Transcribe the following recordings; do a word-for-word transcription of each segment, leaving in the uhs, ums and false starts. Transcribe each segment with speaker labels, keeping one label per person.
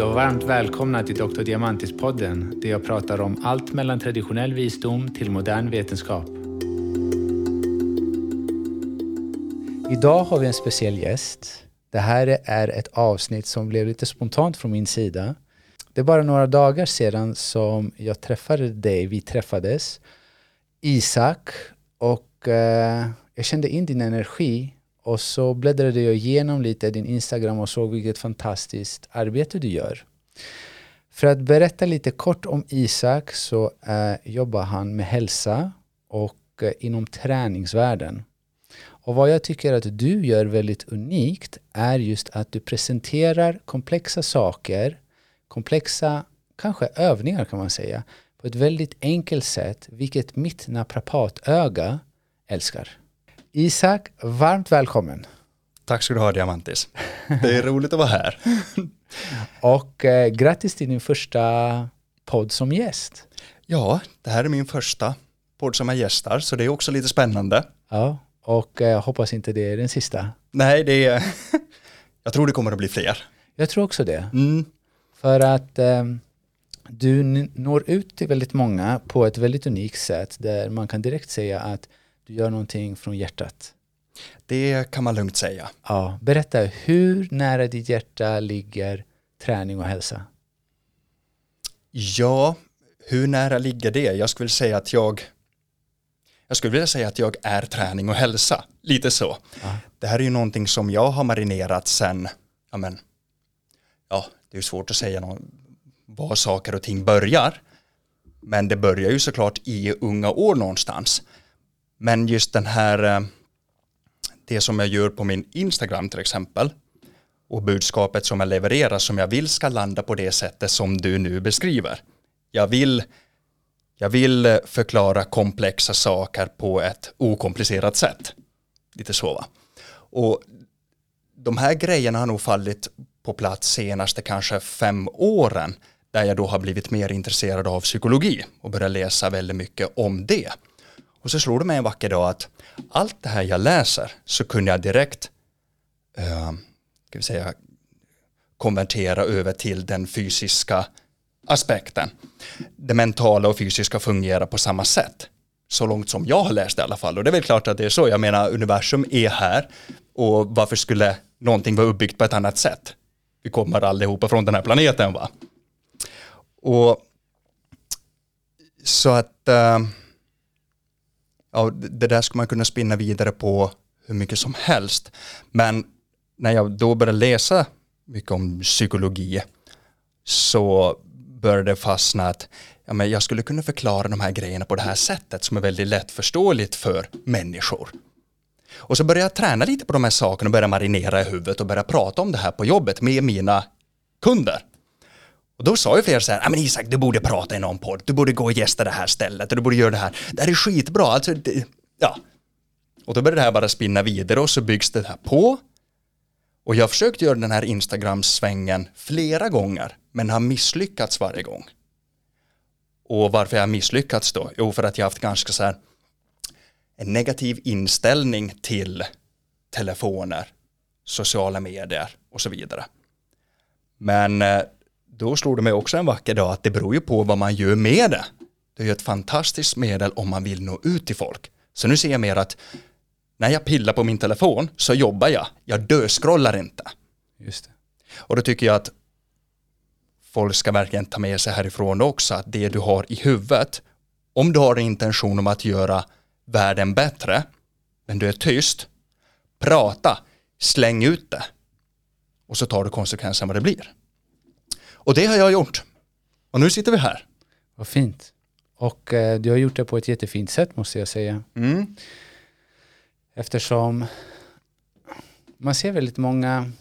Speaker 1: och varmt välkomna till doktor Diamantis-podden där jag pratar om allt mellan traditionell visdom till modern vetenskap. Idag har vi en speciell gäst. Det här är ett avsnitt som blev lite spontant från min sida. Det är bara några dagar sedan som jag träffade dig, vi träffades, Isak, och eh, jag kände in din energi. Och så bläddrade jag igenom lite din Instagram och såg vilket fantastiskt arbete du gör. För att berätta lite kort om Isak så eh, jobbar han med hälsa och eh, inom träningsvärlden. Och vad jag tycker att du gör väldigt unikt är just att du presenterar komplexa saker, komplexa kanske övningar kan man säga, på ett väldigt enkelt sätt, vilket mitt naprapatöga älskar. Isak, varmt välkommen.
Speaker 2: Tack ska du ha, Diamantis. Det är roligt att vara här.
Speaker 1: Och eh, grattis till din första podd som gäst.
Speaker 2: Ja, det här är min första podd som jag gästar, så det är också lite spännande.
Speaker 1: Ja, och jag eh, hoppas inte det är den sista.
Speaker 2: Nej, det är... jag tror det kommer att bli fler.
Speaker 1: Jag tror också det.
Speaker 2: Mm.
Speaker 1: För att eh, du n- når ut till väldigt många på ett väldigt unikt sätt där man kan direkt säga att du gör någonting från hjärtat.
Speaker 2: Det kan man lugnt säga.
Speaker 1: Ja, berätta, hur nära ditt hjärta ligger träning och hälsa?
Speaker 2: Ja, hur nära ligger det? Jag skulle säga att jag... Jag skulle vilja säga att jag är träning och hälsa. Lite så.
Speaker 1: Ja.
Speaker 2: Det här är ju någonting som jag har marinerat sen... Ja, men, ja, det är ju svårt att säga någon, var saker och ting börjar. Men det börjar ju såklart i unga år någonstans. Men just den här, det som jag gör på min Instagram till exempel, och budskapet som jag levererar som jag vill ska landa på det sättet som du nu beskriver. Jag vill, jag vill förklara komplexa saker på ett okomplicerat sätt. Lite så, va? Och de här grejerna har nog fallit på plats senaste kanske fem åren, där jag då har blivit mer intresserad av psykologi och börjat läsa väldigt mycket om det. Och så slår det mig en vacker dag att allt det här jag läser så kunde jag direkt uh, ska vi säga, konvertera över till den fysiska aspekten. Det mentala och fysiska fungerar på samma sätt. Så långt som jag har läst i alla fall. Och det är väl klart att det är så. Jag menar, universum är här. Och varför skulle någonting vara uppbyggt på ett annat sätt? Vi kommer allihopa från den här planeten, va? Och så att... Uh, Ja, det där ska man kunna spinna vidare på hur mycket som helst. Men när jag då började läsa mycket om psykologi så började det fastna att ja, men jag skulle kunna förklara de här grejerna på det här sättet som är väldigt lättförståeligt för människor. Och så började jag träna lite på de här sakerna och börja marinera i huvudet och börja prata om det här på jobbet med mina kunder. Och då sa ju flera så här, ja men Isak, du borde prata i någon podd, du borde gå och gästa det här stället och du borde göra det här. Det här är skitbra, alltså, det, ja. Och då började det här bara spinna vidare och så byggs det här på. Och jag har försökt göra den här Instagram-svängen flera gånger, men har misslyckats varje gång. Och varför jag har misslyckats då? Jo, för att jag har haft ganska så här en negativ inställning till telefoner, sociala medier och så vidare. Men... Då slog det mig också en vacker dag att det beror ju på vad man gör med det. Det är ju ett fantastiskt medel om man vill nå ut till folk. Så nu ser jag mer att när jag pillar på min telefon så jobbar jag. Jag döskrollar inte.
Speaker 1: Just det.
Speaker 2: Och då tycker jag att folk ska verkligen ta med sig härifrån också. Att det du har i huvudet, om du har en intention om att göra världen bättre, men du är tyst, prata, släng ut det. Och så tar du konsekvensen vad det blir. Och det har jag gjort. Och nu sitter vi här.
Speaker 1: Vad fint. Och eh, du har gjort det på ett jättefint sätt måste jag säga.
Speaker 2: Mm.
Speaker 1: Eftersom man ser väldigt många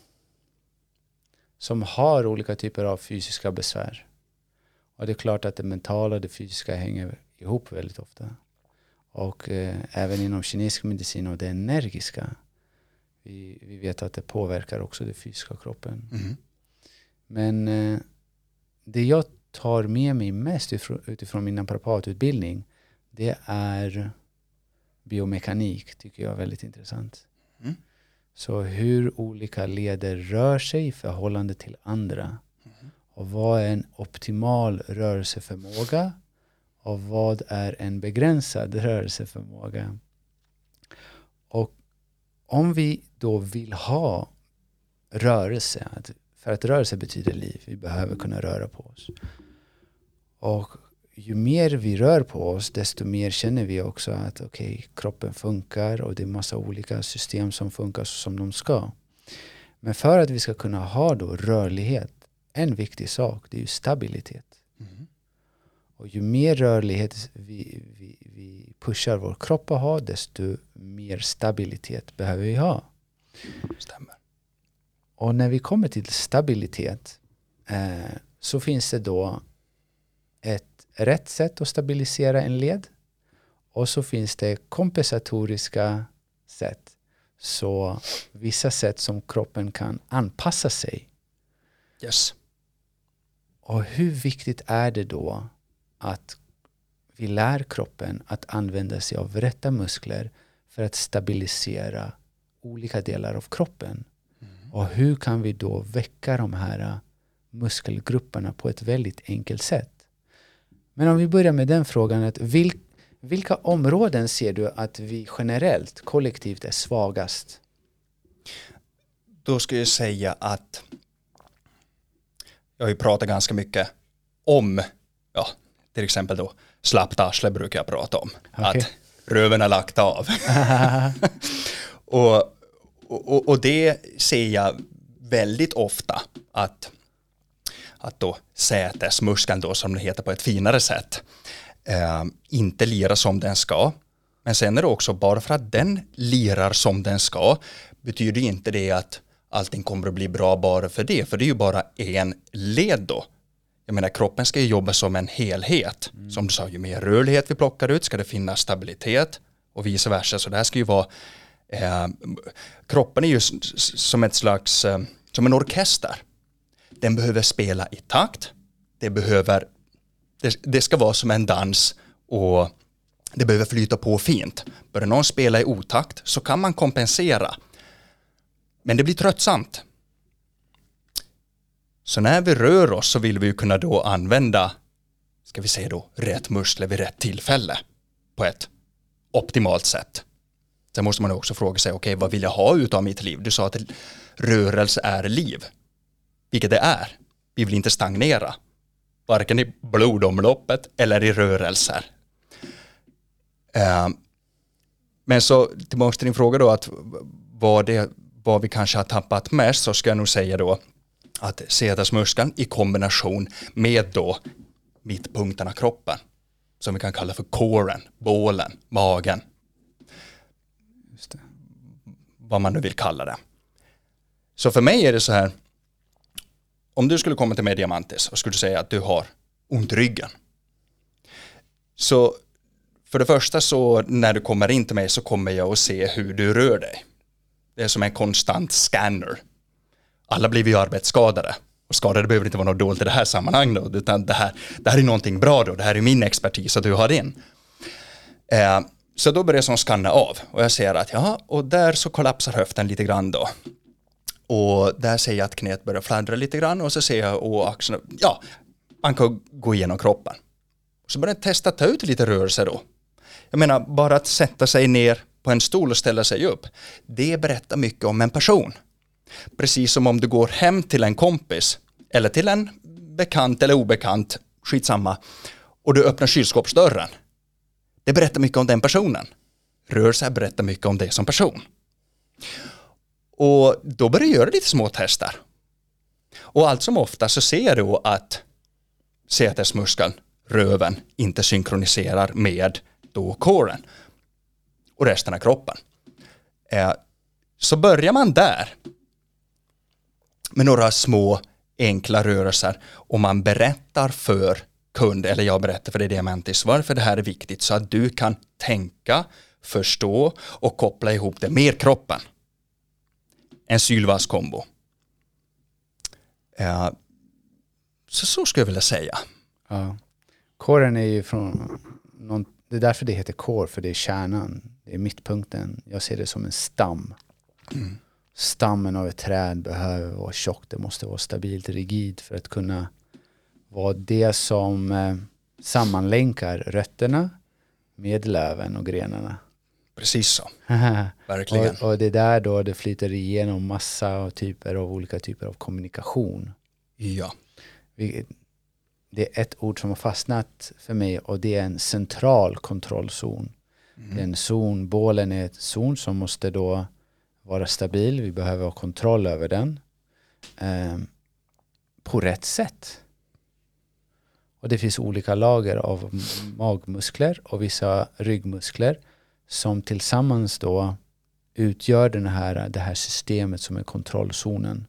Speaker 1: som har olika typer av fysiska besvär. Och det är klart att det mentala och det fysiska hänger ihop väldigt ofta. Och eh, även inom kinesisk medicin och det energiska. Vi, vi vet att det påverkar också det fysiska kroppen.
Speaker 2: Mm.
Speaker 1: Men eh, det jag tar med mig mest utifrån, utifrån min naprapatutbildning, det är biomekanik, tycker jag är väldigt intressant.
Speaker 2: Mm.
Speaker 1: Så hur olika leder rör sig i förhållande till andra. Mm. Och vad är en optimal rörelseförmåga? Och vad är en begränsad rörelseförmåga? Och om vi då vill ha rörelse, för att rörelse betyder liv, vi behöver kunna röra på oss. Och ju mer vi rör på oss, desto mer känner vi också att okej, okay, kroppen funkar och det är massa olika system som funkar som de ska. Men för att vi ska kunna ha då rörlighet, en viktig sak, det är ju stabilitet. Mm. Och ju mer rörlighet vi, vi, vi pushar vår kropp att ha, desto mer stabilitet behöver vi ha.
Speaker 2: Stämmer.
Speaker 1: Och när vi kommer till stabilitet eh, så finns det då ett rätt sätt att stabilisera en led. Och så finns det kompensatoriska sätt. Så vissa sätt som kroppen kan anpassa sig.
Speaker 2: Yes.
Speaker 1: Och hur viktigt är det då att vi lär kroppen att använda sig av rätta muskler för att stabilisera olika delar av kroppen? Mm. Och hur kan vi då väcka de här muskelgrupperna på ett väldigt enkelt sätt? Men om vi börjar med den frågan, att vil, vilka områden ser du att vi generellt, kollektivt är svagast?
Speaker 2: Då ska jag säga att jag har ju pratat ganska mycket om, ja, till exempel då slappt arsle brukar jag prata om. Okay. Att röven har lagt av. och, och, och det ser jag väldigt ofta att att då sätesmuskeln då, som det heter på ett finare sätt, eh, inte lirar som den ska. Men sen är det också, bara för att den lirar som den ska, betyder inte det att allting kommer att bli bra bara för det. För det är ju bara en led då. Jag menar, kroppen ska ju jobba som en helhet. Mm. Som du sa, ju mer rörlighet vi plockar ut ska det finnas stabilitet och vice versa. Så det här ska ju vara, eh, kroppen är ju som ett slags, eh, som en orkester. Den behöver spela i takt. Det behöver, det, det ska vara som en dans och det behöver flyta på fint. Börjar någon spela i otakt så kan man kompensera. Men det blir tröttsamt. Så när vi rör oss så vill vi ju kunna då använda, ska vi säga då, rätt muskler vid rätt tillfälle på ett optimalt sätt. Sen måste man också fråga sig, okej, okay, vad vill jag ha utav mitt liv? Du sa att rörelse är liv. Vilket det är. Vi vill inte stagnera. Varken i blodomloppet eller i rörelser. Uh, men så tillbaka till din fråga då, att vad, det, vad vi kanske har tappat mest, så ska jag nog säga då att sätesmuskeln i kombination med då mittpunkten av kroppen, som vi kan kalla för coren, bålen, magen. Just det. Vad man nu vill kalla det. Så för mig är det så här, om du skulle komma till mig, Diamantis, och skulle säga att du har ont i ryggen. Så för det första, så när du kommer in till mig så kommer jag att se hur du rör dig. Det är som en konstant scanner. Alla blir ju arbetsskadade. Och skadade behöver inte vara något dåligt i det här sammanhanget då, utan det här, det här är någonting bra då. Det här är min expertis och du har din. Eh, så då börjar jag som skanna av. Och jag ser att ja, och där så kollapsar höften lite grann då. Och där ser jag att knät börjar fladdra lite grann. Och så ser jag och axlarna, ja, man kan gå igenom kroppen. Så börjar jag testa att ta ut lite rörelse då. Jag menar, bara att sätta sig ner på en stol och ställa sig upp. Det berättar mycket om en person. Precis som om du går hem till en kompis. Eller till en bekant eller obekant, skitsamma. Och du öppnar kylskåpsdörren. Det berättar mycket om den personen. Rörelse berättar mycket om dig som person. Och då börjar jag göra lite små tester. Och allt som ofta så ser du att sätesmuskeln, röven, inte synkroniserar med då coren och resten av kroppen. Eh, så börjar man där med några små enkla rörelser och man berättar för kund, eller jag berättar för dig, Diamantis, varför det här är viktigt, så att du kan tänka, förstå och koppla ihop det med kroppen. En sylvass-kombo. Eh, så så skulle jag vilja säga.
Speaker 1: Ja. Coren är ju från någon, det är därför det heter core, för det är kärnan, det är mittpunkten. Jag ser det som en stam. Mm. Stammen av ett träd behöver vara tjock, det måste vara stabilt, rigid för att kunna var det som eh, sammanlänkar rötterna med löven och grenarna.
Speaker 2: Precis så. Verkligen.
Speaker 1: och, och det där då det flyter igenom massa av typer av olika typer av kommunikation.
Speaker 2: Ja.
Speaker 1: Vi, det är ett ord som har fastnat för mig och det är en central kontrollzon. Mm. Det är en zon, bålen är en zon som måste då vara stabil. Vi behöver ha kontroll över den eh, på rätt sätt. Och det finns olika lager av magmuskler och vissa ryggmuskler som tillsammans då utgör den här, det här systemet som är kontrollzonen.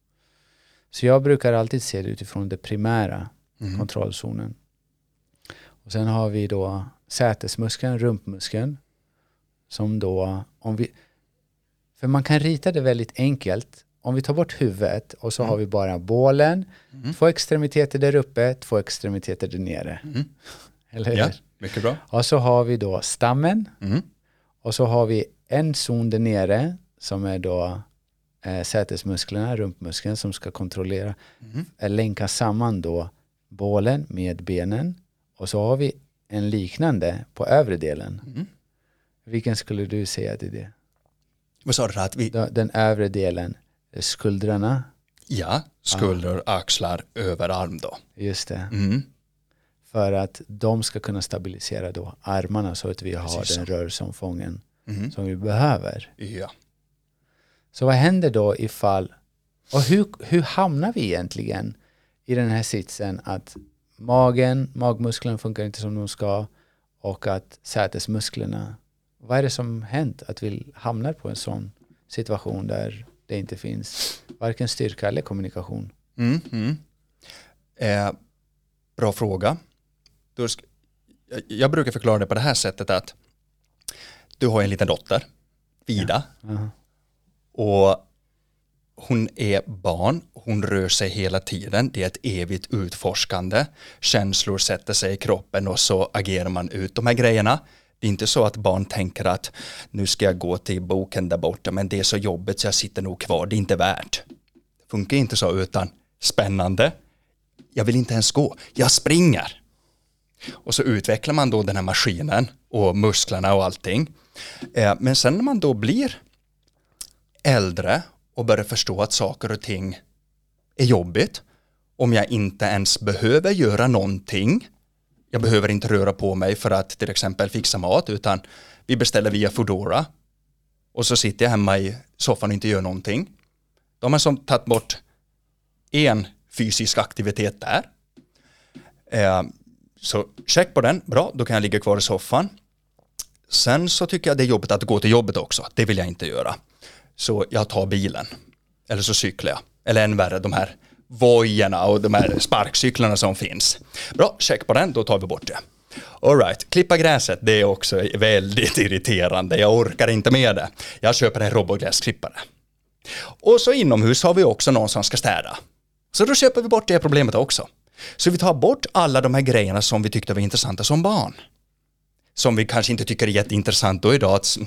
Speaker 1: Så jag brukar alltid se det utifrån det primära, mm. kontrollzonen. Och sen har vi då sätesmuskeln, rumpmuskeln, som då, om vi, för man kan rita det väldigt enkelt. Om vi tar bort huvudet och så mm. har vi bara bålen, mm. två extremiteter där uppe, två extremiteter där nere. Mm. Eller hur?
Speaker 2: Ja, mycket bra.
Speaker 1: Och så har vi då stammen.
Speaker 2: Mm.
Speaker 1: Och så har vi en zon där nere som är då eh, sätesmusklerna, rumpmuskeln som ska kontrollera, mm. eh, länka samman då bålen med benen. Och så har vi en liknande på övre delen. Mm. Vilken skulle du säga till det?
Speaker 2: Vad sa du? Att vi...
Speaker 1: Den övre delen, skuldrarna.
Speaker 2: Ja, skulder, ah. axlar, överarm då.
Speaker 1: Just det.
Speaker 2: Mm.
Speaker 1: För att de ska kunna stabilisera då armarna så att vi har
Speaker 2: Precis
Speaker 1: den
Speaker 2: så.
Speaker 1: rörelseomfången
Speaker 2: mm.
Speaker 1: som vi behöver.
Speaker 2: Ja.
Speaker 1: Så vad händer då ifall, och hur, hur hamnar vi egentligen i den här sitsen att magen, magmusklerna funkar inte som de ska och att sätesmusklerna, vad är det som hänt att vi hamnar på en sån situation där det inte finns varken styrka eller kommunikation?
Speaker 2: Mm, mm. Eh, bra fråga. Du ska, jag, jag brukar förklara det på det här sättet att du har en liten dotter, Vida,
Speaker 1: ja. uh-huh.
Speaker 2: och hon är barn, hon rör sig hela tiden, det är ett evigt utforskande, känslor sätter sig i kroppen och så agerar man ut de här grejerna. Det är inte så att barn tänker att nu ska jag gå till boken där borta men det är så jobbigt så jag sitter nog kvar, det är inte värt. Det funkar inte så utan spännande, jag vill inte ens gå, jag springer. Och så utvecklar man då den här maskinen och musklerna och allting. Men sen när man då blir äldre och börjar förstå att saker och ting är jobbigt, om jag inte ens behöver göra någonting, jag behöver inte röra på mig för att till exempel fixa mat, utan vi beställer via Foodora och så sitter jag hemma i soffan och inte gör någonting. Då har man som tagit bort en fysisk aktivitet där. Eh, så check på den, bra, då kan jag ligga kvar i soffan. Sen så tycker jag det är jobbigt att gå till jobbet också, det vill jag inte göra. Så jag tar bilen, eller så cyklar jag, eller än värre de här vojerna och de här sparkcyklarna som finns. Bra, check på den, då tar vi bort det. All right, klippa gräset, det är också väldigt irriterande. Jag orkar inte med det. Jag köper en robotgräsklippare. Och så inomhus har vi också någon som ska städa. Så då köper vi bort det problemet också. Så vi tar bort alla de här grejerna som vi tyckte var intressanta som barn. Som vi kanske inte tycker är jätteintressant då idag. Att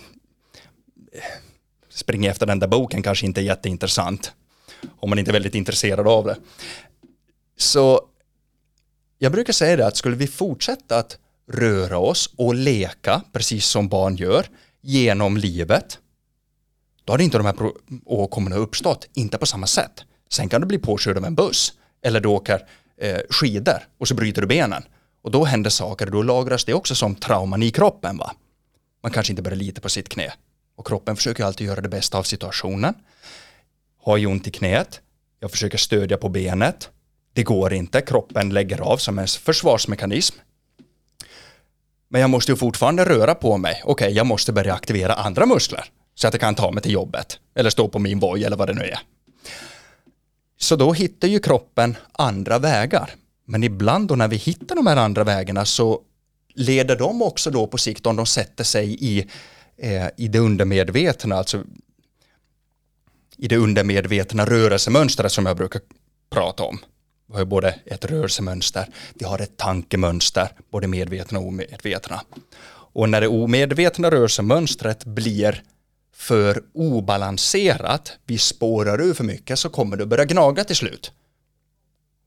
Speaker 2: springa efter den där boken kanske inte är jätteintressant. Om man inte är väldigt intresserad av det. Så jag brukar säga det att skulle vi fortsätta att röra oss och leka precis som barn gör genom livet, då hade inte de här åkommorna uppstått, inte på samma sätt. Sen kan du bli påkörd av en buss eller du åker eh, skidor och så bryter du benen och då händer saker och då lagras det också som trauman i kroppen, va? Man kanske inte börjar lita på sitt knä och kroppen försöker alltid göra det bästa av situationen. Har ju ont i knät, jag försöker stödja på benet, det går inte, kroppen lägger av som en försvarsmekanism. Men jag måste ju fortfarande röra på mig. Okej, okay, jag måste börja aktivera andra muskler så att jag kan ta mig till jobbet eller stå på min voj eller vad det nu är. Så då hittar ju kroppen andra vägar. Men ibland då när vi hittar de här andra vägarna så leder de också då på sikt, om de sätter sig i, eh, i det undermedvetna, alltså i det undermedvetna rörelsemönstret som jag brukar prata om. Vi har ju både ett rörelsemönster, vi har ett tankemönster, både medvetna och omedvetna. Och när det omedvetna rörelsemönstret blir för obalanserat, vi spårar ur för mycket, så kommer det börja gnaga till slut.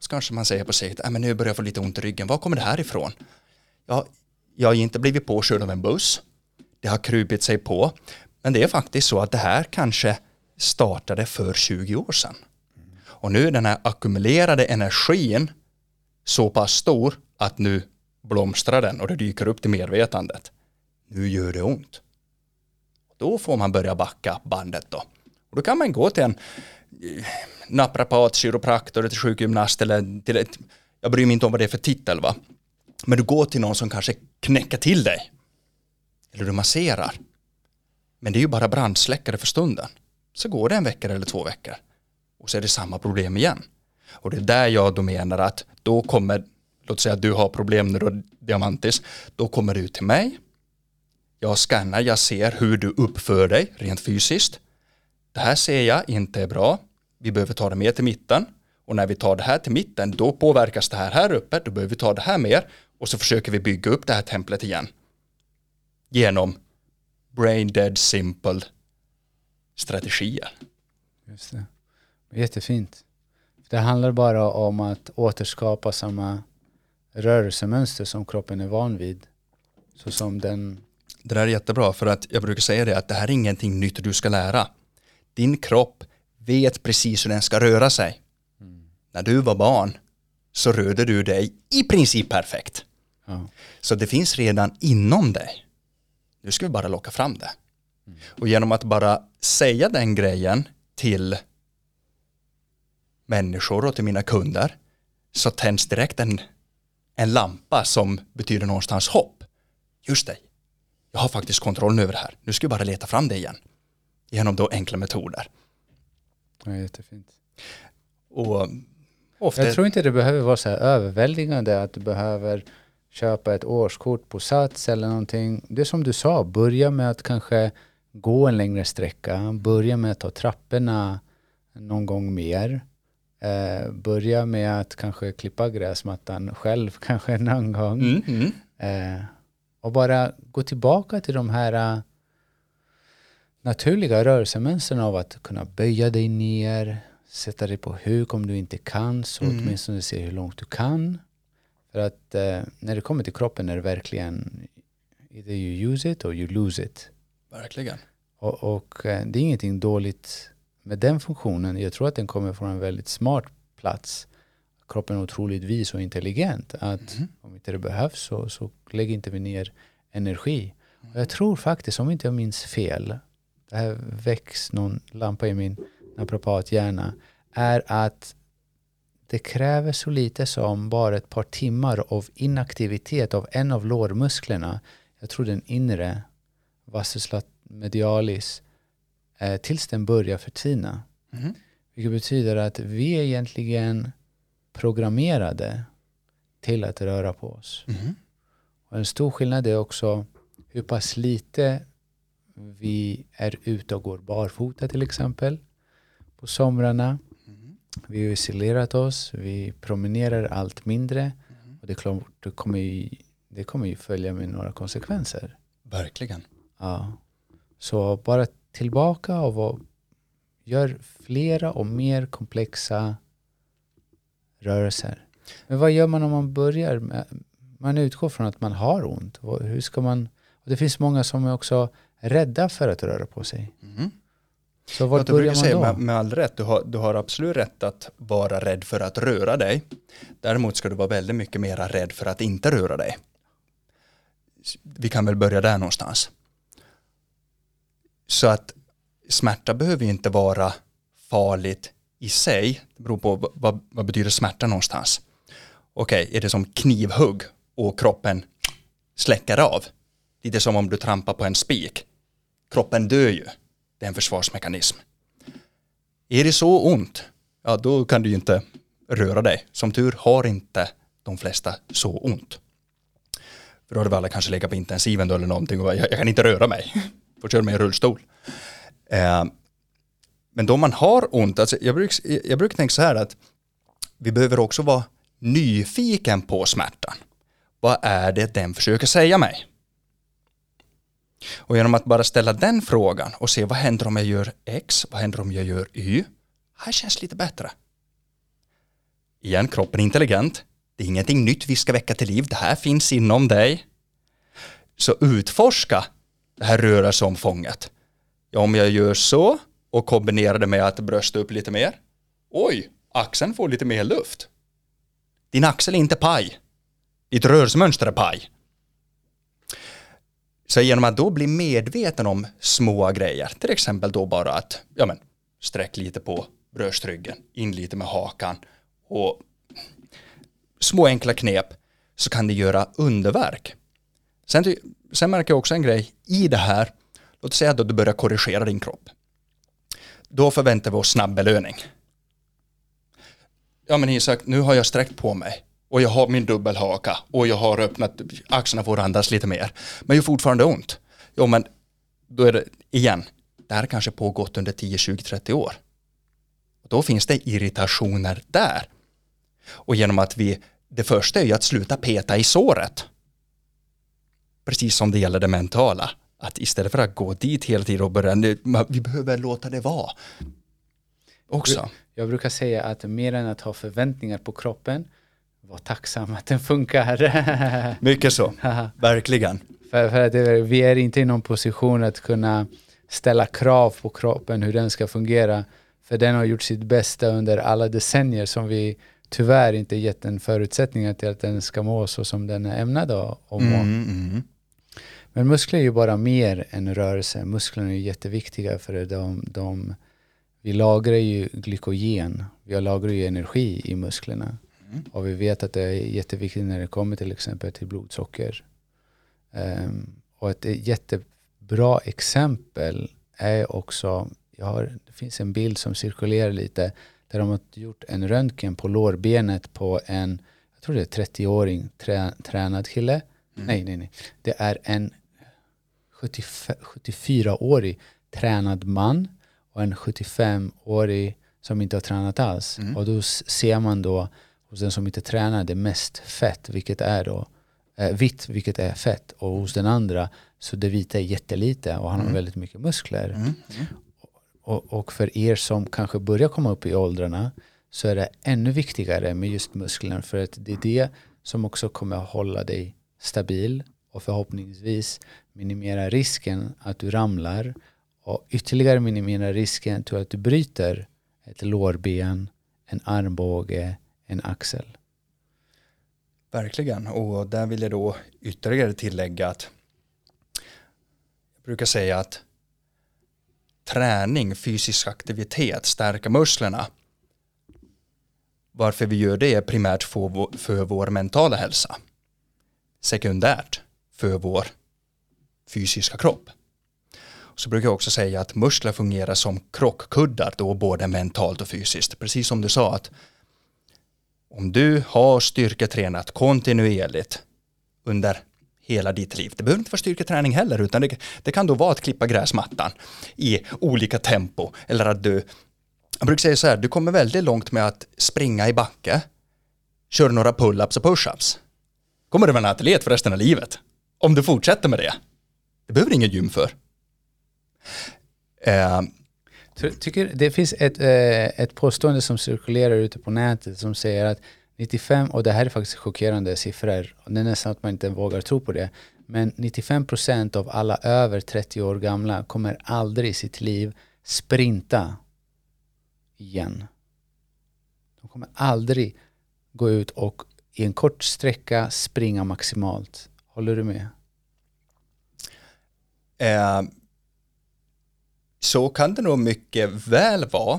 Speaker 2: Så kanske man säger på sig att äh, men nu börjar jag få lite ont i ryggen. Var kommer det här ifrån? Ja, jag har inte blivit påkörd av en buss. Det har krupit sig på. Men det är faktiskt så att det här kanske startade för tjugo år sedan. Och nu är den här ackumulerade energin så pass stor att nu blomstrar den och det dyker upp till medvetandet. Nu gör det ont. Då får man börja backa bandet då. Och då kan man gå till en naprapat, kiropraktor, till sjukgymnast eller till ett, jag bryr mig inte om vad det är för titel va. Men du går till någon som kanske knäcker till dig. Eller du masserar. Men det är ju bara brandsläckare för stunden. Så går det en vecka eller två veckor. Och så är det samma problem igen. Och det är där jag då menar att då kommer, låt säga att du har problem när du har diamantis. Då kommer du till mig. Jag skannar, jag ser hur du uppför dig rent fysiskt. Det här ser jag inte är bra. Vi behöver ta det mer till mitten. Och när vi tar det här till mitten, då påverkas det här här uppe. Då behöver vi ta det här mer. Och så försöker vi bygga upp det här templet igen. Genom brain dead simple strategier.
Speaker 1: Just det. Jättefint. Det handlar bara om att återskapa samma rörelsemönster som kroppen är van vid. Så som den...
Speaker 2: Det där är jättebra för att jag brukar säga det att det här är ingenting nytt du ska lära. Din kropp vet precis hur den ska röra sig. Mm. När du var barn så rörde du dig i princip perfekt.
Speaker 1: Ja.
Speaker 2: Så det finns redan inom dig. Nu ska vi bara locka fram det. Mm. Och genom att bara säga den grejen till människor och till mina kunder så tänds direkt en, en lampa som betyder någonstans hopp. Just det. Jag har faktiskt kontroll över det här. Nu ska vi bara leta fram det igen. Genom då enkla metoder.
Speaker 1: Ja, jättefint.
Speaker 2: Och ofta...
Speaker 1: Jag tror inte det behöver vara så här överväldigande att du behöver köpa ett årskort på Sats eller någonting. Det är som du sa, börja med att kanske gå en längre sträcka. Börja med att ta trapporna någon gång mer. Eh, börja med att kanske klippa gräsmattan själv kanske någon gång.
Speaker 2: Mm, mm.
Speaker 1: Eh, och bara gå tillbaka till de här uh, naturliga rörelsemönstren av att kunna böja dig ner, sätta dig på huk om du inte kan, så mm. åtminstone se hur långt du kan. För att uh, när det kommer till kroppen är det verkligen either you use it or you lose it.
Speaker 2: Verkligen.
Speaker 1: Och, och uh, det är ingenting dåligt med den funktionen. Jag tror att den kommer från en väldigt smart plats. Kroppen är otroligt vis och intelligent. Att mm. om inte det behövs så, så lägger inte vi ner energi. Mm. Och jag tror faktiskt, om inte jag minns fel, det här väcks någon lampa i min naprapathjärna, är att det kräver så lite som bara ett par timmar av inaktivitet av en av lårmusklerna. Jag tror den inre vastus medialis eh, tills den börjar förtvina. Mm. Vilket betyder att vi är egentligen programmerade till att röra på oss. Mm. Och en stor skillnad är också hur pass lite vi är ute och går barfota till exempel på somrarna. Mm. Vi har isolerat oss, vi promenerar allt mindre mm. och det, klart, det, kommer ju, det kommer ju följa med några konsekvenser.
Speaker 2: Verkligen.
Speaker 1: Ja. Så bara tillbaka och var, gör flera och mer komplexa rörelser. Men vad gör man om man börjar med, man utgår från att man har ont. Hur ska man, och det finns många som är också rädda för att röra på sig. Mm. Så vad börjar man
Speaker 2: säga,
Speaker 1: då?
Speaker 2: Med, med all rätt, du har, du har absolut rätt att vara rädd för att röra dig. Däremot ska du vara väldigt mycket mer rädd för att inte röra dig. Vi kan väl börja där någonstans. Så att smärta behöver ju inte vara farligt i sig. Det beror på vad, vad betyder smärta någonstans. Okej, är det som knivhugg och kroppen släcker av? Lite som om du trampar på en spik. Kroppen dör ju. Det är en försvarsmekanism. Är det så ont? Ja, då kan du ju inte röra dig. Som tur har inte de flesta så ont. För då hade vi alla kanske legat på intensiven eller någonting och jag, jag kan inte röra mig. Får köra mig i rullstol. Eh, men då man har ont, alltså jag brukar jag bruk tänka så här att vi behöver också vara nyfiken på smärtan. Vad är det den försöker säga mig? Och genom att bara ställa den frågan och se vad händer om jag gör X, vad händer om jag gör Y? Här känns lite bättre. Igen, kroppen är intelligent. Det är ingenting nytt vi ska väcka till liv. Det här finns inom dig. Så utforska det här rörelseomfånget. Ja, om jag gör så och kombinerar det med att brösta upp lite mer. Oj, axeln får lite mer luft. Din axel är inte paj. Ditt rörelsemönster är paj. Så genom att då bli medveten om små grejer, till exempel då bara att ja men, sträck lite på bröstryggen, in lite med hakan och små enkla knep, så kan det göra underverk. Sen, sen märker jag också en grej i det här. Låt säga att du börjar korrigera din kropp. Då förväntar vi oss snabb belöning. Ja men Isak, nu har jag sträckt på mig. Och jag har min dubbelhaka. Och jag har öppnat, axlarna får andas lite mer. Men jag har fortfarande ont. Jo men, då är det, igen, det här kanske pågått under tio, tjugo, trettio år. Och då finns det irritationer där. Och genom att vi, det första är ju att sluta peta i såret. Precis som det gäller det mentala. Att istället för att gå dit hela tiden och börja, vi behöver låta det vara. Också.
Speaker 1: Jag brukar säga att mer än att ha förväntningar på kroppen, var tacksam att den funkar.
Speaker 2: Mycket så, verkligen.
Speaker 1: För, för att det, vi är inte i någon position att kunna ställa krav på kroppen hur den ska fungera. För den har gjort sitt bästa under alla decennier som vi tyvärr inte gett den förutsättningar till att den ska må så som den är ämnad att må.
Speaker 2: Mm, mm.
Speaker 1: Men muskler är ju bara mer än rörelse. Musklerna är ju jätteviktiga för de, de, vi lagrar ju glykogen. Vi lagrar ju energi i musklerna. Mm. Och vi vet att det är jätteviktigt när det kommer till exempel till blodsocker. Um, och ett jättebra exempel är också, jag har, det finns en bild som cirkulerar lite där de har gjort en röntgen på lårbenet på en, jag tror det är trettio-åring trä, tränad kille. Mm. Nej, nej, nej. Det är en sjuttiofyra-årig tränad man och en sjuttiofem-årig som inte har tränat alls. Mm. Och då ser man då hos den som inte tränar det mest fett, vilket är då eh, vitt, vilket är fett. Och hos den andra så det vita är jättelite och han mm. har väldigt mycket muskler. Mm. Mm. Och, och för er som kanske börjar komma upp i åldrarna så är det ännu viktigare med just musklerna, för att det är det som också kommer att hålla dig stabil och förhoppningsvis minimera risken att du ramlar och ytterligare minimera risken till att du bryter ett lårben, en armbåge, en axel.
Speaker 2: Verkligen, och där vill jag då ytterligare tillägga att jag brukar säga att träning, fysisk aktivitet, stärka musklerna. Varför vi gör det är primärt för vår, för vår mentala hälsa. Sekundärt för vår fysiska kropp. Så brukar jag också säga att muskler fungerar som krockkuddar då både mentalt och fysiskt. Precis som du sa, att om du har styrketränat kontinuerligt under hela ditt liv. Det behöver inte vara styrketräning heller, utan det, det kan då vara att klippa gräsmattan i olika tempo. Eller att du, jag brukar säga så här, du kommer väldigt långt med att springa i backe, köra några pull-ups och push-ups. Kommer du vara en atlet för resten av livet? Om du fortsätter med det. Det behöver ingen gym för.
Speaker 1: Uh, Tycker det finns ett, eh, ett påstående som cirkulerar ute på nätet som säger att nittiofem, och det här är faktiskt chockerande siffror, och det är nästan att man inte vågar tro på det, men nittiofem procent av alla över trettio år gamla kommer aldrig i sitt liv sprinta igen. De kommer aldrig gå ut och i en kort sträcka springa maximalt. Håller du med?
Speaker 2: Uh. Så kan det nog mycket väl vara.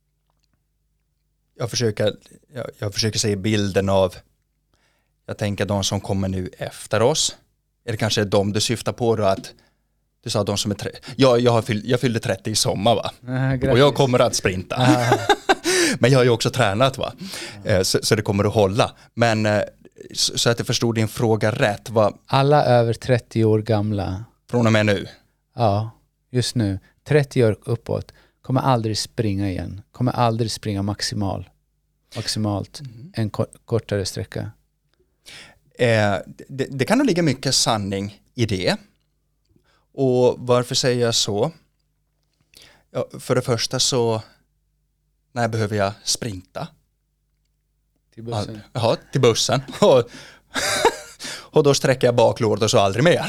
Speaker 2: Jag försöker, jag, jag försöker se bilden av, jag tänker de som kommer nu efter oss. Är det kanske de du syftar på då, att du sa de som är tre, ja, jag, har fyll, jag fyllde trettio i sommar va? Ah, och jag kommer att sprinta. Ah. Men jag har ju också tränat va? Ah. Så, så det kommer att hålla. Men så, så att jag förstod din fråga rätt. Va?
Speaker 1: Alla över trettio år gamla.
Speaker 2: Från och med nu?
Speaker 1: Ja, just nu. trettio år uppåt kommer aldrig springa igen. Kommer aldrig springa maximal, maximalt mm. en ko- kortare sträcka.
Speaker 2: Eh, det, det kan nog ligga mycket sanning i det. Och varför säger jag så? Ja, för det första så, när behöver jag sprinta?
Speaker 1: Till bussen.
Speaker 2: Ja, till bussen. Och, och då sträcker jag baklåret och så aldrig mer.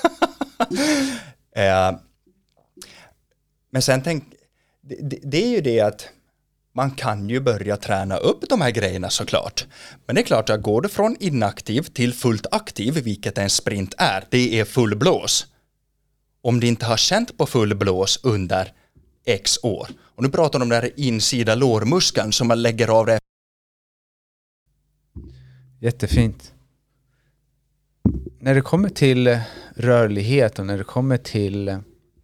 Speaker 2: eh, men sen tänk, det, det är ju det att man kan ju börja träna upp de här grejerna såklart. Men det är klart att går du från inaktiv till fullt aktiv, vilket en sprint är, det är full blås. Om du inte har känt på full blås under x år. Och nu pratar de om den där insida lårmuskeln som man lägger av det.
Speaker 1: Jättefint. När det kommer till rörlighet och när det kommer till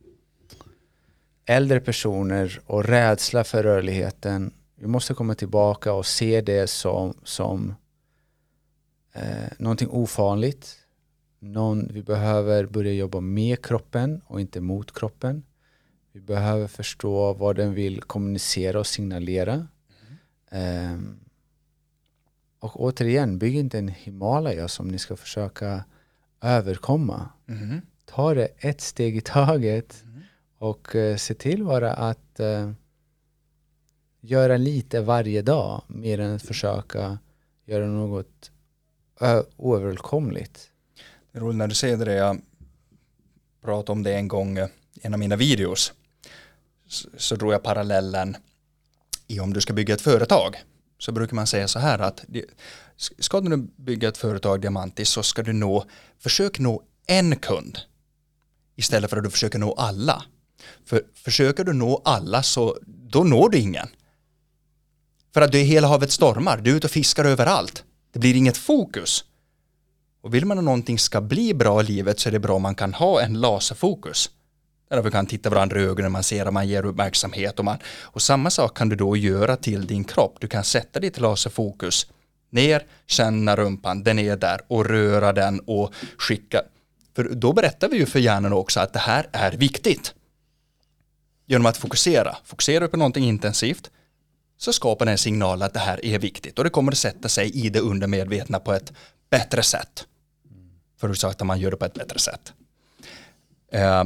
Speaker 1: äldre personer och rädsla för rörligheten, vi måste komma tillbaka och se det som, som eh, någonting ofarligt. Någon, vi behöver börja jobba med kroppen och inte mot kroppen. Vi behöver förstå vad den vill kommunicera och signalera. Mm. Eh, och återigen, bygg inte en Himalaya som ni ska försöka överkomma. Mm. Ta det ett steg i taget. Mm. Och uh, se till bara att uh, göra lite varje dag mer än att försöka göra något uh, oöverkomligt.
Speaker 2: Det är roligt när du säger det. Jag pratade om det en gång i en av mina videos. Så, så drog jag parallellen i om du ska bygga ett företag. Så brukar man säga så här att det, ska du bygga ett företag Diamantis så ska du nå, försök nå en kund istället för att du försöker nå alla. För försöker du nå alla så då når du ingen. För att du är hela havet stormar, du är ute och fiskar överallt. Det blir inget fokus. Och vill man att någonting ska bli bra i livet så är det bra om man kan ha en laserfokus. Där vi kan titta varandra i ögonen, man ser att man ger uppmärksamhet. Och, man, och samma sak kan du då göra till din kropp. Du kan sätta ditt laserfokus ner, känna rumpan, den är där och röra den och skicka. För då berättar vi ju för hjärnan också att det här är viktigt. Genom att fokusera. Fokuserar du på någonting intensivt så skapar den en signal att det här är viktigt. Och det kommer att sätta sig i det undermedvetna på ett bättre sätt. Förutsatt att man gör det på ett bättre sätt. Eh,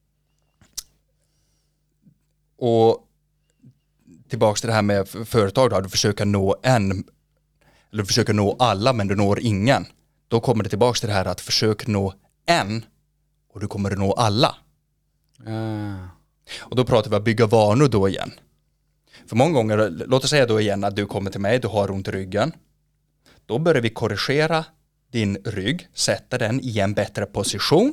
Speaker 2: och tillbaka till det här med företag då. Du försöker nå en eller du försöker nå alla men du når ingen. Då kommer det tillbaka till det här att försöka nå en och du kommer att nå alla. Mm. Och då pratar vi om att bygga vanor då igen. För många gånger, låt oss säga då igen att du kommer till mig, du har ont i ryggen. Då börjar vi korrigera din rygg, sätta den i en bättre position.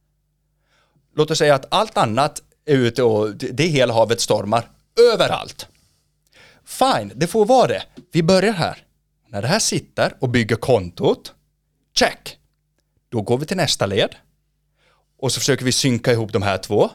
Speaker 2: Låt oss säga att allt annat är ute och det är hela havet stormar överallt. Fine, det får vara det. Vi börjar här. När det här sitter och bygger kontot, check. Då går vi till nästa led. Och så försöker vi synka ihop de här två.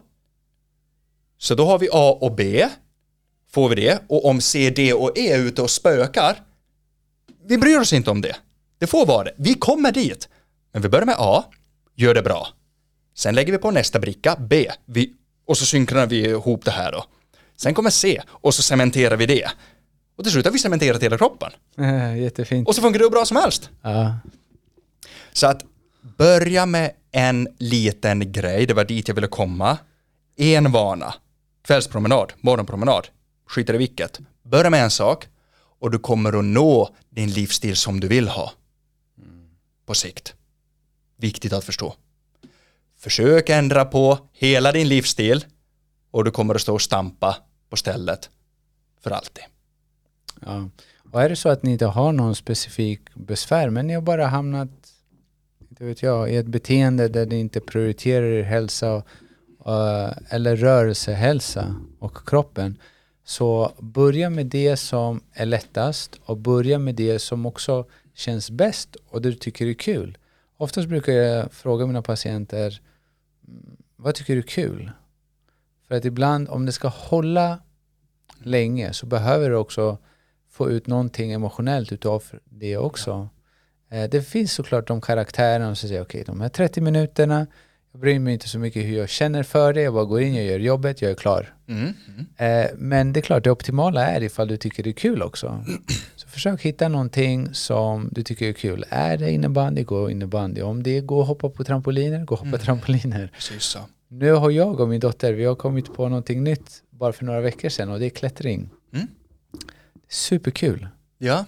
Speaker 2: Så då har vi A och B. Får vi det. Och om C, D och E är ute och spökar, vi bryr oss inte om det. Det får vara det. Vi kommer dit. Men vi börjar med A. Gör det bra. Sen lägger vi på nästa bricka, B. Vi, och så synkronar vi ihop det här då. Sen kommer C. Och så cementerar vi det. Och till slut har vi cementerat hela kroppen.
Speaker 1: Äh, jättefint.
Speaker 2: Och så funkar det bra som helst.
Speaker 1: Ja.
Speaker 2: Så att börja med en liten grej. Det var dit jag ville komma. En vana. Kvällspromenad, morgonpromenad. Skiter i vilket. Börja med en sak. Och du kommer att nå din livsstil som du vill ha. På sikt. Viktigt att förstå. Försök ändra på hela din livsstil. Och du kommer att stå och stampa på stället. För alltid.
Speaker 1: Ja. Och är det så att ni inte har någon specifik besvär, men ni har bara hamnat, inte vet jag, i ett beteende där ni inte prioriterar er hälsa uh, eller rörelsehälsa och kroppen, så börja med det som är lättast och börja med det som också känns bäst och det du tycker är kul. Oftast brukar jag fråga mina patienter, vad tycker du är kul? För att ibland, om det ska hålla länge, så behöver du också få ut någonting emotionellt utav det också. Ja. Det finns såklart de karaktärerna som säger okej, okay, de här trettio minuterna, jag bryr mig inte så mycket hur jag känner för det, jag bara går in, jag gör jobbet, jag är klar. Mm. Mm. Men det är klart, det optimala är ifall du tycker det är kul också. Mm. Så försök hitta någonting som du tycker är kul. Är det innebandy, gå innebandy. Om det är gå och hoppa på trampoliner, gå och hoppa mm. trampoliner.
Speaker 2: Precis så.
Speaker 1: Nu har jag och min dotter, vi har kommit på någonting nytt bara för några veckor sedan och det är klättring. Mm. Superkul.
Speaker 2: Ja.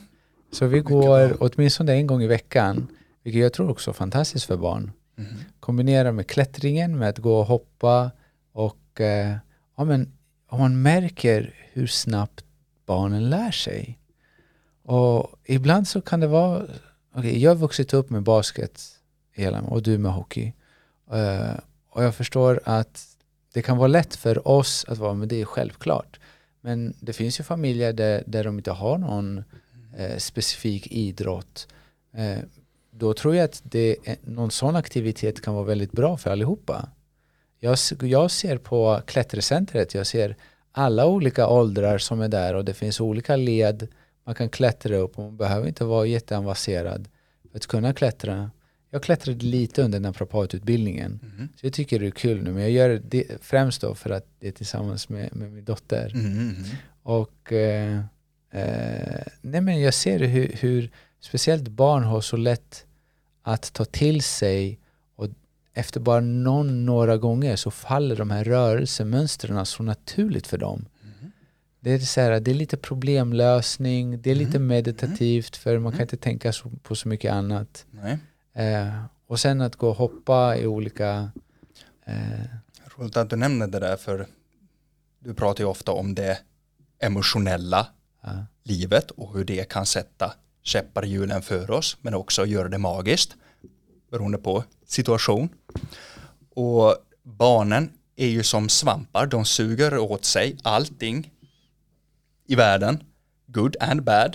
Speaker 1: Så vi går åtminstone en gång i veckan, vilket jag tror också är fantastiskt för barn. Mm. Kombinera med klättringen, med att gå och hoppa. Och eh, ja, men, om man märker hur snabbt barnen lär sig. Och ibland så kan det vara... Okay, jag har vuxit upp med basket hela, och du med hockey. Uh, och jag förstår att det kan vara lätt för oss att vara, men det är självklart. Men det finns ju familjer där, där de inte har någon eh, specifik idrott. Eh, då tror jag att det, någon sån aktivitet kan vara väldigt bra för allihopa. Jag, jag ser på klättercentret, jag ser alla olika åldrar som är där och det finns olika led man kan klättra upp och man behöver inte vara jätteavancerad för att kunna klättra. Jag klättrade lite under naprapatutbildningen. Mm. Så jag tycker det är kul nu. Men jag gör det främst då för att det är tillsammans med, med min dotter. Mm. Och eh, eh, nej men jag ser hur, hur speciellt barn har så lätt att ta till sig. Och efter bara någon, några gånger så faller de här rörelsemönstren så naturligt för dem. Mm. Det är, så här, det är lite problemlösning. Det är lite mm. meditativt för man kan inte tänka så, på så mycket annat. Nej. Eh, och sen att gå och hoppa i olika... Eh...
Speaker 2: Roligt att du nämner det där, för du pratar ju ofta om det emotionella ja. livet och hur det kan sätta käppar i hjulen för oss, men också göra det magiskt beroende på situation. Och barnen är ju som svampar, de suger åt sig allting i världen, good and bad.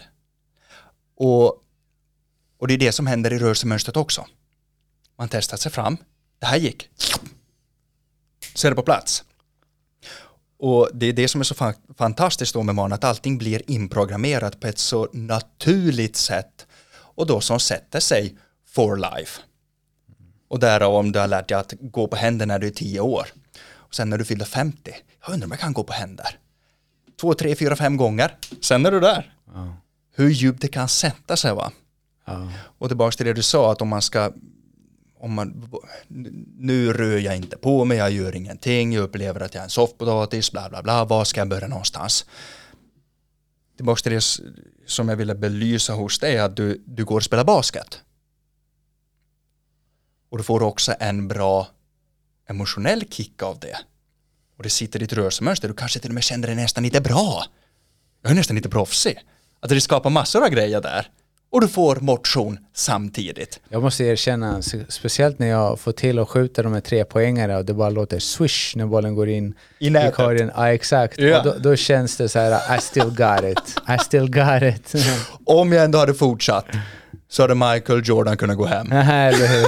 Speaker 2: Och Och det är det som händer i rörelsemönstret också. Man testar sig fram. Det här gick. Så är det på plats. Och det är det som är så fa- fantastiskt då med barn, att allting blir inprogrammerat på ett så naturligt sätt. Och då som sätter sig for life. Och därav om du har lärt dig att gå på händer när du är tio år. Och sen när du fyller femtio. Jag undrar om jag kan gå på händer. Två, tre, fyra, fem gånger. Sen är du där. Mm. Hur djupt det kan sätta sig, va? Ja. Och tillbaka till det du sa, att om man ska om man, nu rör jag inte på mig, jag gör ingenting, jag upplever att jag är en soffpotatis, bla bla bla, var ska jag börja någonstans? Tillbaka till det som jag ville belysa hos dig, att du, du går och spelar basket. Och du får också en bra emotionell kick av det. Och det sitter i ditt rörelsemönster, du kanske till och med känner dig nästan lite bra. Jag är nästan lite proffsig. Att det skapar massor av grejer där. Och du får motion samtidigt.
Speaker 1: Jag måste erkänna, speciellt när jag får till att skjuta de här tre poängare och det bara låter swish när bollen går in i, i korgen. Ja, exakt. Ja. Då, då känns det så här, I still got it. I still got it.
Speaker 2: Om jag ändå hade fortsatt så hade Michael Jordan kunnat gå hem.
Speaker 1: Eller hur?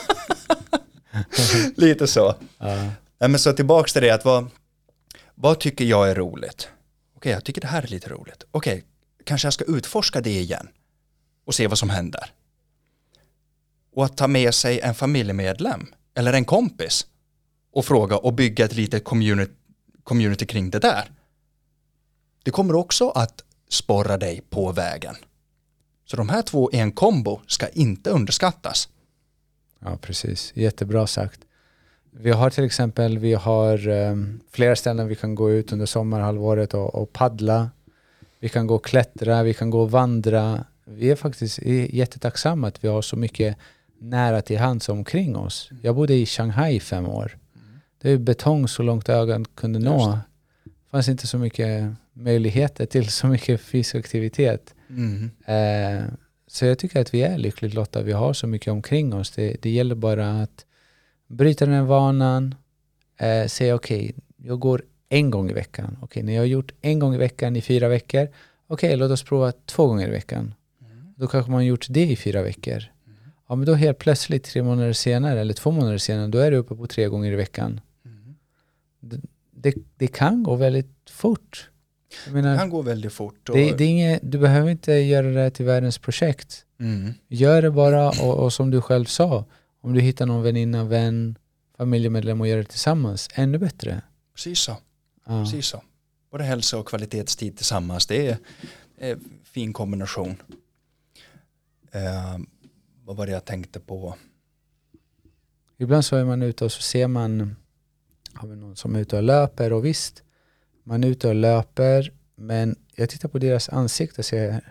Speaker 2: Lite så. Ja. Men så tillbaka till det, att vad, vad tycker jag är roligt? Okej, jag tycker det här är lite roligt. Okej, kanske jag ska utforska det igen. Och se vad som händer. Och att ta med sig en familjemedlem eller en kompis och fråga och bygga ett litet community, community kring det där. Det kommer också att sporra dig på vägen. Så de här två i en kombo ska inte underskattas.
Speaker 1: Ja, precis. Jättebra sagt. Vi har till exempel, vi har um, flera ställen vi kan gå ut under sommarhalvåret och, och paddla. Vi kan gå och klättra, vi kan gå och vandra. Vi är faktiskt jättetacksamma att vi har så mycket nära till hands omkring oss. Jag bodde i Shanghai i fem år. Det är betong så långt ögat kunde nå. Det fanns inte så mycket möjligheter till så mycket fysisk aktivitet. Mm. Eh, så jag tycker att vi är lyckligt lotta. Vi har så mycket omkring oss. Det, det gäller bara att bryta den här vanan. Eh, säga okej, okay, jag går en gång i veckan. Okej, okay, när jag har gjort en gång i veckan i fyra veckor. Okej, okay, låt oss prova två gånger i veckan. Då kanske man har gjort det i fyra veckor. Mm. Ja, men då helt plötsligt tre månader senare eller två månader senare, då är du uppe på tre gånger i veckan. Mm. Det, det, det kan gå väldigt fort. Jag menar,
Speaker 2: det kan gå väldigt fort. Och...
Speaker 1: Det, det är inget, du behöver inte göra det till världens projekt. Mm. Gör det bara och, och som du själv sa, om du hittar någon väninna, vän, familjemedlem och gör det tillsammans, ännu bättre.
Speaker 2: Precis så. Ja. Precis så. Både hälsa och kvalitetstid tillsammans, det är en fin kombination. Uh, vad var det jag tänkte på?
Speaker 1: Ibland så är man ute och så ser man, har vi någon som är ute och löper, och visst, man är ute och löper, men jag tittar på deras ansikte och ser,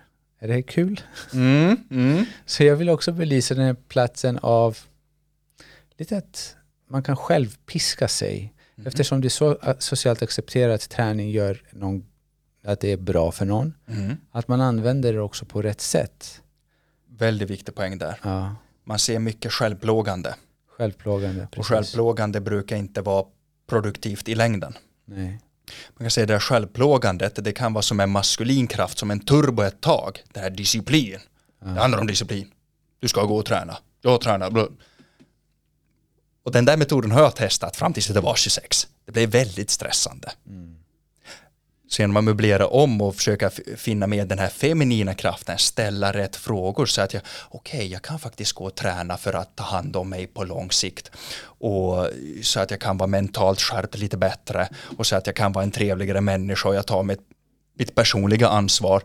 Speaker 1: Är det kul?
Speaker 2: Mm, mm.
Speaker 1: Så jag vill också belysa den här platsen av lite att man kan själv piska sig. Mm. Eftersom det är så socialt accepterat att träning gör någon, att det är bra för någon. Mm. Att man använder det också på rätt sätt.
Speaker 2: Väldigt viktig poäng där.
Speaker 1: Ja.
Speaker 2: Man ser mycket självplågande.
Speaker 1: Självplågande, precis.
Speaker 2: Och självplågande brukar inte vara produktivt i längden.
Speaker 1: Nej.
Speaker 2: Man kan säga att det här självplågandet, det kan vara som en maskulin kraft, som en turbo ett tag. Det här disciplin. Ja. Det handlar om disciplin. Du ska gå och träna. Jag tränar. Och den där metoden har jag testat fram tills det var tjugosex. Det blev väldigt stressande. Mm. Sen man möblerar om och försöka finna med den här feminina kraften, ställa rätt frågor så att jag, okej, okay, jag kan faktiskt gå och träna för att ta hand om mig på lång sikt, och så att jag kan vara mentalt skärpt lite bättre, och så att jag kan vara en trevligare människa, och jag tar mitt, mitt personliga ansvar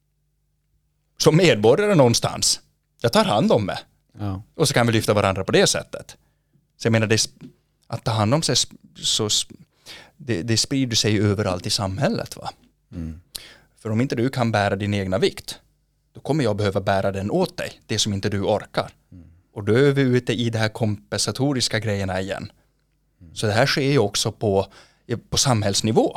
Speaker 2: som medborgare någonstans. Jag tar hand om mig. Ja. Och så kan vi lyfta varandra på det sättet. Så jag menar, det, att ta hand om sig så Det, det sprider sig överallt i samhället, va? Mm. För om inte du kan bära din egna vikt, då kommer jag behöva bära den åt dig, det som inte du orkar. Mm. Och då är vi ute i de här kompensatoriska grejerna igen. Mm. Så det här sker ju också på, på samhällsnivå.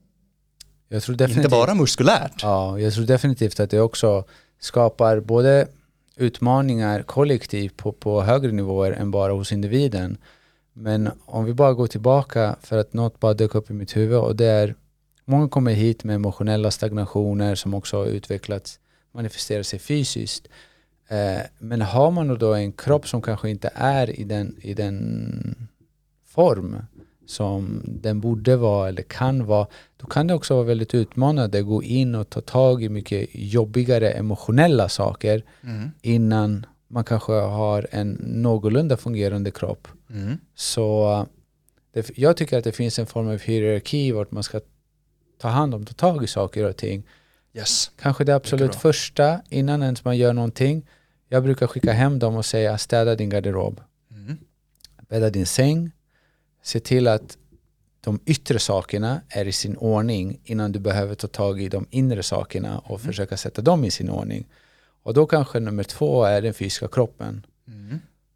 Speaker 1: Jag tror definitivt,
Speaker 2: inte bara muskulärt.
Speaker 1: Ja, jag tror definitivt att det också skapar både utmaningar kollektivt på, på högre nivåer än bara hos individen. Men om vi bara går tillbaka, för att något bara dök upp i mitt huvud, och det är, många kommer hit med emotionella stagnationer som också har utvecklats, manifesterar sig fysiskt. Eh, men har man då en kropp som kanske inte är i den, i den form som den borde vara eller kan vara, då kan det också vara väldigt utmanande att gå in och ta tag i mycket jobbigare emotionella saker mm. innan man kanske har en någorlunda fungerande kropp. Mm. Så det, jag tycker att det finns en form av hierarki vart man ska ta hand om, ta tag i saker och ting.
Speaker 2: Yes.
Speaker 1: Kanske det absolut första, innan ens man gör någonting. Jag brukar skicka hem dem och säga, städa din garderob. Mm. Bädda din säng. Se till att de yttre sakerna är i sin ordning innan du behöver ta tag i de inre sakerna och mm. försöka sätta dem i sin ordning. Och då kanske nummer två är den fysiska kroppen. Mm.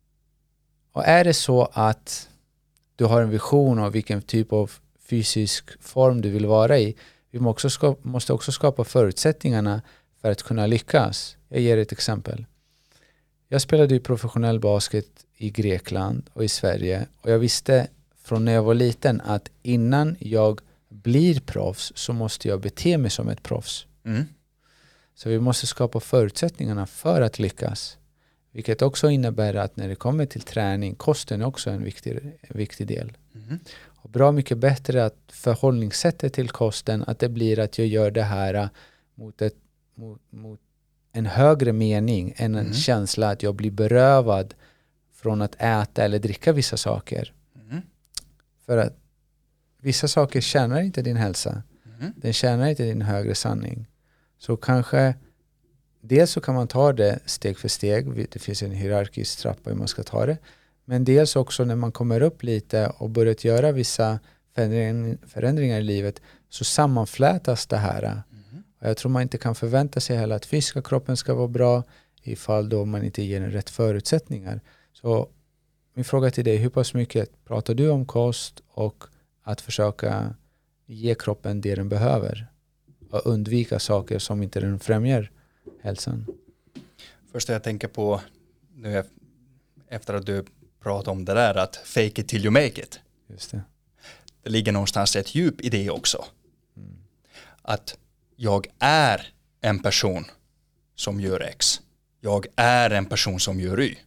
Speaker 1: Och är det så att du har en vision av vilken typ av fysisk form du vill vara i, vi måste också skapa, måste också skapa förutsättningarna för att kunna lyckas. Jag ger ett exempel. Jag spelade ju professionell basket i Grekland och i Sverige, och jag visste från när jag var liten att innan jag blir proffs så måste jag bete mig som ett proffs. Mm. Så vi måste skapa förutsättningarna för att lyckas. Vilket också innebär att när det kommer till träning, kosten är också en viktig, en viktig del. Mm. Och bra mycket bättre att förhållningssättet till kosten, att det blir att jag gör det här mot, ett, mot, mot en högre mening än en mm. känsla att jag blir berövad från att äta eller dricka vissa saker. Mm. För att vissa saker tjänar inte din hälsa. Mm. Den tjänar inte din högre sanning. Så kanske dels så kan man ta det steg för steg. Det finns en hierarkisk trappa hur man ska ta det. Men dels också när man kommer upp lite och börjat göra vissa förändring, förändringar i livet, så sammanflätas det här. Mm. Och jag tror man inte kan förvänta sig heller att fysiska kroppen ska vara bra ifall då man inte ger den rätt förutsättningar. Så min fråga till dig, hur pass mycket pratar du om kost och att försöka ge kroppen det den behöver? Och undvika saker som inte den främjar hälsan.
Speaker 2: Först jag tänker på nu efter att du pratade om det där, att fake it till you make it.
Speaker 1: Just det.
Speaker 2: Det ligger någonstans ett djup i det också. Mm. Att jag är en person som gör X. Jag är en person som gör Y.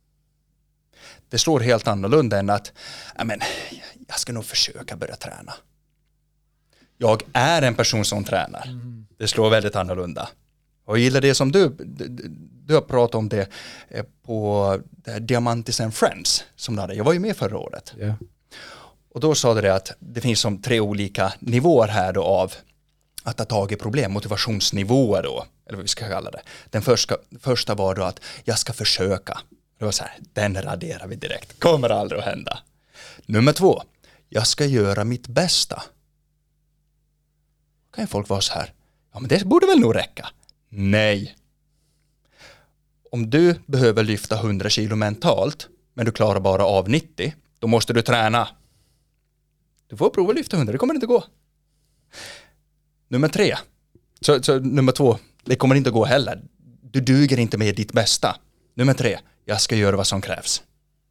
Speaker 2: Det slår helt annorlunda än att men, jag ska nog försöka börja träna. Jag är en person som tränar. Mm. Det slår väldigt annorlunda. Och jag gillar det som du, du, du har pratat om det på det Diamantis and Friends som du hade. Jag var ju med förra året.
Speaker 1: Yeah.
Speaker 2: Och då sa du det att det finns som tre olika nivåer här då av att ta tag i problem, motivationsnivåer då, eller vad vi ska kalla det. Den första, första var då att jag ska försöka. Det var så här, den raderar vi direkt. Kommer aldrig att hända. Nummer två, jag ska göra mitt bästa. Kan ju folk vara så här, ja men det borde väl nog räcka. Nej, om du behöver lyfta hundra kilo mentalt men du klarar bara av nittio, då måste du träna. Du får prova att lyfta hundra, det kommer inte gå. Nummer tre. Så, så nummer två, det kommer inte gå heller. Du duger inte med ditt bästa. Nummer tre, jag ska göra vad som krävs.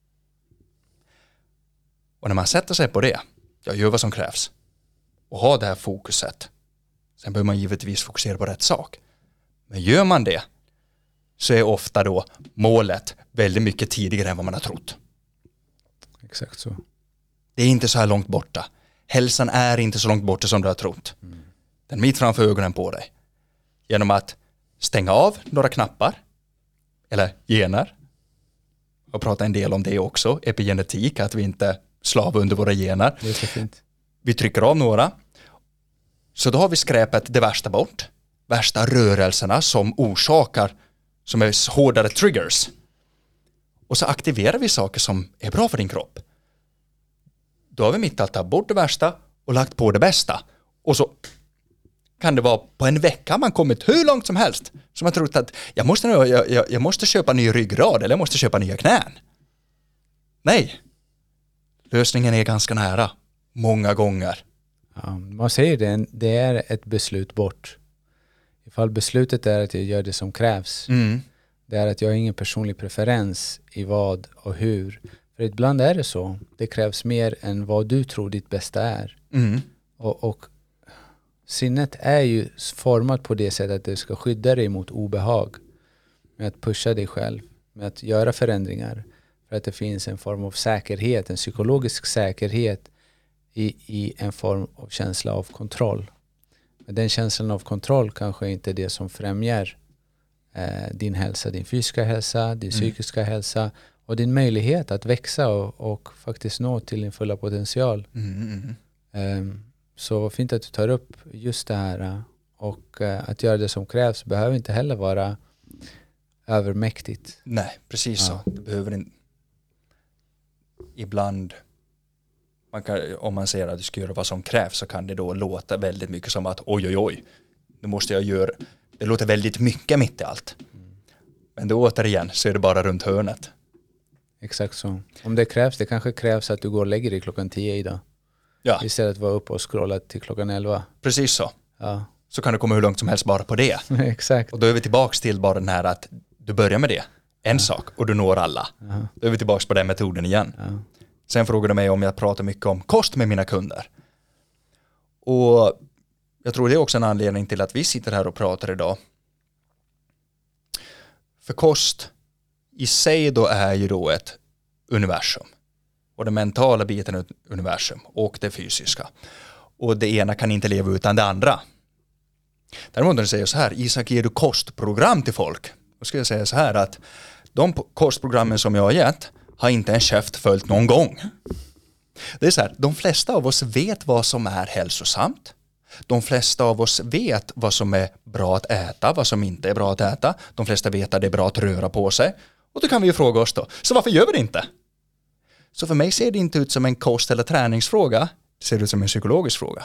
Speaker 2: Och när man sätter sig på det, jag gör vad som krävs, och har det här fokuset, sen behöver man givetvis fokusera på rätt sak. Men gör man det, så är ofta då målet väldigt mycket tidigare än vad man har trott.
Speaker 1: Exakt så.
Speaker 2: Det är inte så här långt borta. Hälsan är inte så långt borta som du har trott. Mm. Den är mitt framför ögonen på dig. Genom att stänga av några knappar, eller gener. Jag pratar en del om det också, epigenetik, att vi inte slavar under våra gener.
Speaker 1: Det är så fint.
Speaker 2: Vi trycker av några. Så då har vi skräpet det värsta bort. Värsta rörelserna som orsakar, som är hårdare triggers. Och så aktiverar vi saker som är bra för din kropp. Då har vi mitt allt bort det värsta och lagt på det bästa. Och så kan det vara på en vecka man kommit hur långt som helst. Så man tror att jag måste, jag, jag, jag måste köpa ny ryggrad eller jag måste köpa nya knän. Nej. Lösningen är ganska nära. Många gånger.
Speaker 1: Ja, man säger det, det är ett beslut bort. Ifall beslutet är att jag gör det som krävs. Mm. Det är att jag har ingen personlig preferens i vad och hur. För ibland är det så. Det krävs mer än vad du tror ditt bästa är. Mm. Och, och sinnet är ju format på det sättet att det ska skydda dig mot obehag. Med att pusha dig själv. Med att göra förändringar. För att det finns en form av säkerhet. En psykologisk säkerhet i, i en form av känsla av kontroll. Men den känslan av kontroll kanske inte är det som främjar eh, din hälsa. Din fysiska hälsa, din mm. psykiska hälsa. Och din möjlighet att växa och, och faktiskt nå till din fulla potential. Mm. Um, så fint att du tar upp just det här. Och uh, att göra det som krävs behöver inte heller vara övermäktigt.
Speaker 2: Nej, precis
Speaker 1: ja.
Speaker 2: så. Det behöver inte. Ibland, man kan, om man säger att du ska göra vad som krävs, så kan det då låta väldigt mycket som att oj oj oj, nu måste jag göra. Det låter väldigt mycket mitt i allt. Mm. Men då återigen så är det bara runt hörnet.
Speaker 1: Exakt så. Om det krävs, det kanske krävs att du går och lägger dig klockan tio idag. Ja. Istället för att vara uppe och scrolla till klockan elva.
Speaker 2: Precis så.
Speaker 1: Ja.
Speaker 2: Så kan du komma hur långt som helst bara på det.
Speaker 1: Exakt.
Speaker 2: Och då är vi tillbaka till bara den här att du börjar med det. En ja. sak och du når alla. Ja. Då är vi tillbaka på den metoden igen. Ja. Sen frågar du mig om jag pratar mycket om kost med mina kunder. Och jag tror det är också en anledning till att vi sitter här och pratar idag. För kost i sig då är ju då ett universum. Och den mentala biten är ett universum. Och det fysiska. Och det ena kan inte leva utan det andra. Däremot när du säger så här, Isak, ger du kostprogram till folk? Då ska jag säga så här att de kostprogrammen som jag har gett har inte en käft följt någon gång. Det är så här, de flesta av oss vet vad som är hälsosamt. De flesta av oss vet vad som är bra att äta, vad som inte är bra att äta. De flesta vet att det är bra att röra på sig. Och då kan vi ju fråga oss då, så varför gör vi det inte? Så för mig ser det inte ut som en kost- eller träningsfråga. Det ser ut som en psykologisk fråga.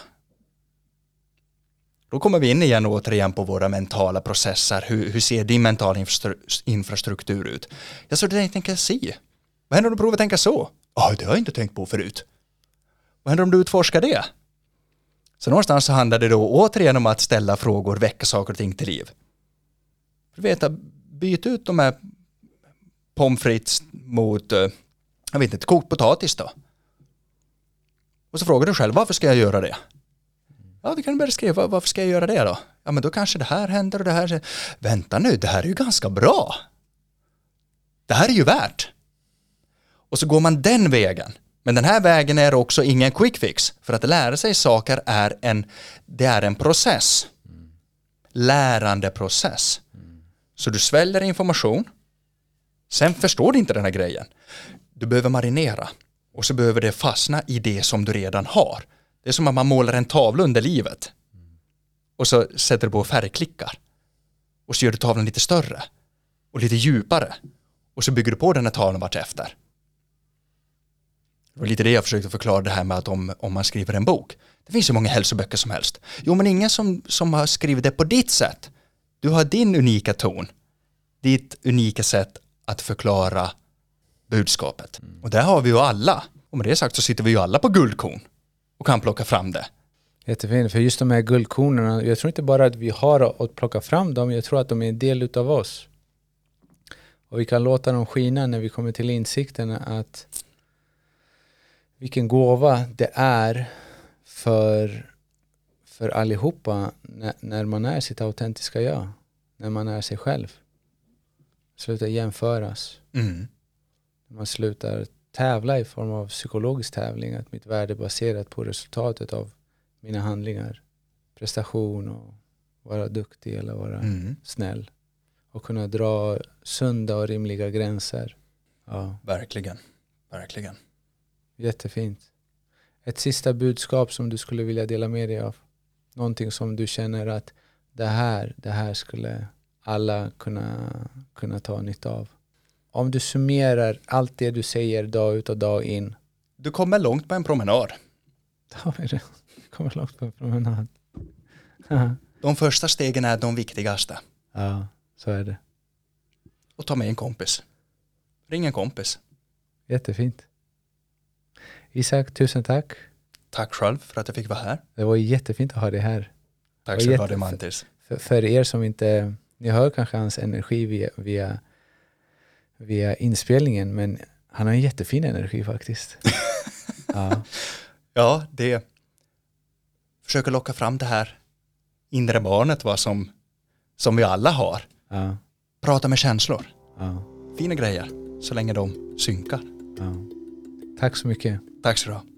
Speaker 2: Då kommer vi in igen och återigen på våra mentala processer. Hur, hur ser din mentala infrastruktur ut? Jag så det jag tänker se. Vad händer om du provar att tänka så? Ja, oh, det har jag inte tänkt på förut. Vad händer om du utforskar det? Så någonstans så handlar det då återigen om att ställa frågor, väcka saker och ting till liv. Du vet, byt ut de här pommes frites mot, jag vet inte, kokt potatis då. Och så frågar du själv, varför ska jag göra det? Ja, du kan börja skriva, varför ska jag göra det då? Ja, men då kanske det här händer och det här. Vänta nu, det här är ju ganska bra. Det här är ju värt. Och så går man den vägen. Men den här vägen är också ingen quick fix. För att lära sig saker är en, det är en process. Lärande process. Så du sväljer information. Sen förstår du inte den här grejen. Du behöver marinera. Och så behöver det fastna i det som du redan har. Det är som att man målar en tavla under livet. Och så sätter du på färgklickar. Och så gör du tavlan lite större. Och lite djupare. Och så bygger du på den här tavlan vart efter. Det var lite det jag försökte förklara det här med att om, om man skriver en bok. Det finns ju många hälsoböcker som helst. Jo, men ingen som, som har skrivit det på ditt sätt. Du har din unika ton. ditt unika sätt att förklara budskapet. Mm. Och där har vi ju alla. Och med det sagt så sitter vi ju alla på guldkorn och kan plocka fram det.
Speaker 1: Jättefint, för just de här guldkornen, jag tror inte bara att vi har att plocka fram dem, jag tror att de är en del utav oss. Och vi kan låta dem skina när vi kommer till insikten att vilken gåva det är för, för allihopa när, när man är sitt autentiska jag. När man är sig själv. Slutar jämföras.
Speaker 2: Mm.
Speaker 1: Man slutar tävla i form av psykologisk tävling. Att mitt värde är baserat på resultatet av mina handlingar. Prestation och vara duktig eller vara
Speaker 2: mm.
Speaker 1: snäll. Och kunna dra sunda och rimliga gränser. Ja.
Speaker 2: Verkligen. Verkligen.
Speaker 1: Jättefint. Ett sista budskap som du skulle vilja dela med dig av. Någonting som du känner att det här, det här skulle alla kunna, kunna ta nytta av. Om du summerar allt det du säger dag ut och dag in.
Speaker 2: Du kommer långt på en promenad.
Speaker 1: Du kommer långt på en promenad.
Speaker 2: De första stegen är de viktigaste.
Speaker 1: Ja, så är det.
Speaker 2: Och ta med en kompis. Ring en kompis.
Speaker 1: Jättefint. Isak, tusen tack.
Speaker 2: Tack själv för att jag fick vara här.
Speaker 1: Det var jättefint att ha dig här.
Speaker 2: Tack så mycket, Mantis.
Speaker 1: För, för er som inte, ni hör kanske hans energi via, via, via inspelningen, men han har en jättefin energi faktiskt. Ja.
Speaker 2: Ja, det försöker locka fram det här inre barnet va, som, som vi alla har.
Speaker 1: Ja.
Speaker 2: Prata med känslor.
Speaker 1: Ja.
Speaker 2: Fina grejer, så länge de synkar.
Speaker 1: Ja. Tack så mycket.
Speaker 2: Tack så du ha.